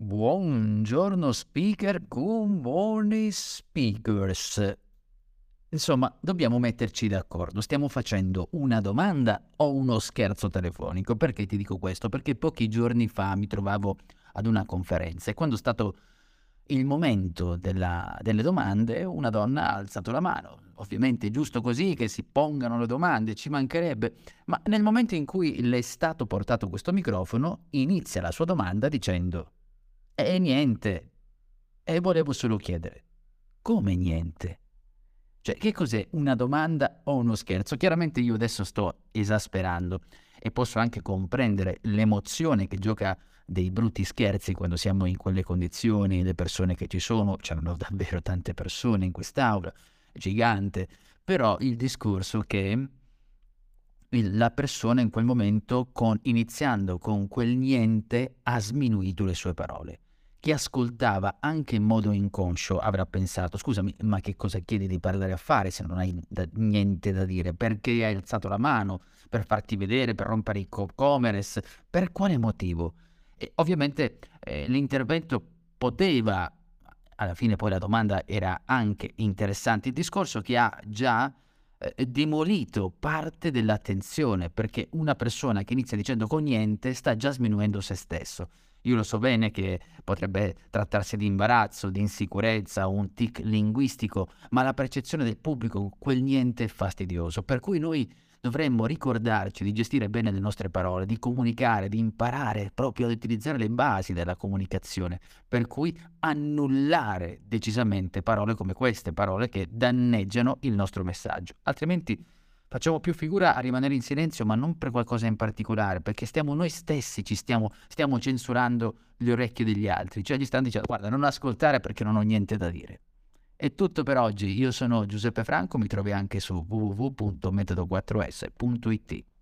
Buongiorno speaker, good morning speakers. Insomma, dobbiamo metterci d'accordo. Stiamo facendo una domanda o uno scherzo telefonico? Perché ti dico questo? Perché pochi giorni fa mi trovavo ad una conferenza e quando è stato il momento delle domande, una donna ha alzato la mano. Ovviamente è giusto così che si pongano le domande, ci mancherebbe, ma nel momento in cui le è stato portato questo microfono, inizia la sua domanda dicendo: "E niente, e volevo solo chiedere, come niente?" Cioè, che cos'è una domanda o uno scherzo? Chiaramente io adesso sto esasperando e posso anche comprendere l'emozione che gioca dei brutti scherzi quando siamo in quelle condizioni, le persone che ci sono, c'erano davvero tante persone in quest'aula, gigante, però il discorso che la persona in quel momento, iniziando con quel niente, ha sminuito le sue parole. Chi ascoltava anche in modo inconscio avrà pensato: "Scusami, ma che cosa chiedi di parlare a fare se non hai niente da dire? Perché hai alzato la mano? Per farti vedere, per rompere il comeres? Per quale motivo?" E ovviamente, l'intervento poteva, alla fine poi la domanda era anche interessante, il discorso che ha già demolito parte dell'attenzione, perché una persona che inizia dicendo con niente sta già sminuendo se stesso. Io lo so bene che potrebbe trattarsi di imbarazzo, di insicurezza, un tic linguistico, ma la percezione del pubblico quel niente è fastidioso, per cui noi dovremmo ricordarci di gestire bene le nostre parole, di comunicare, di imparare proprio ad utilizzare le basi della comunicazione, per cui annullare decisamente parole come queste, parole che danneggiano il nostro messaggio. Altrimenti facciamo più figura a rimanere in silenzio, ma non per qualcosa in particolare, perché stiamo noi stessi stiamo censurando le orecchie degli altri, cioè gli stanno dicendo: "Guarda, non ascoltare perché non ho niente da dire". È tutto per oggi. Io sono Giuseppe Franco, mi trovi anche su www.metodo4s.it.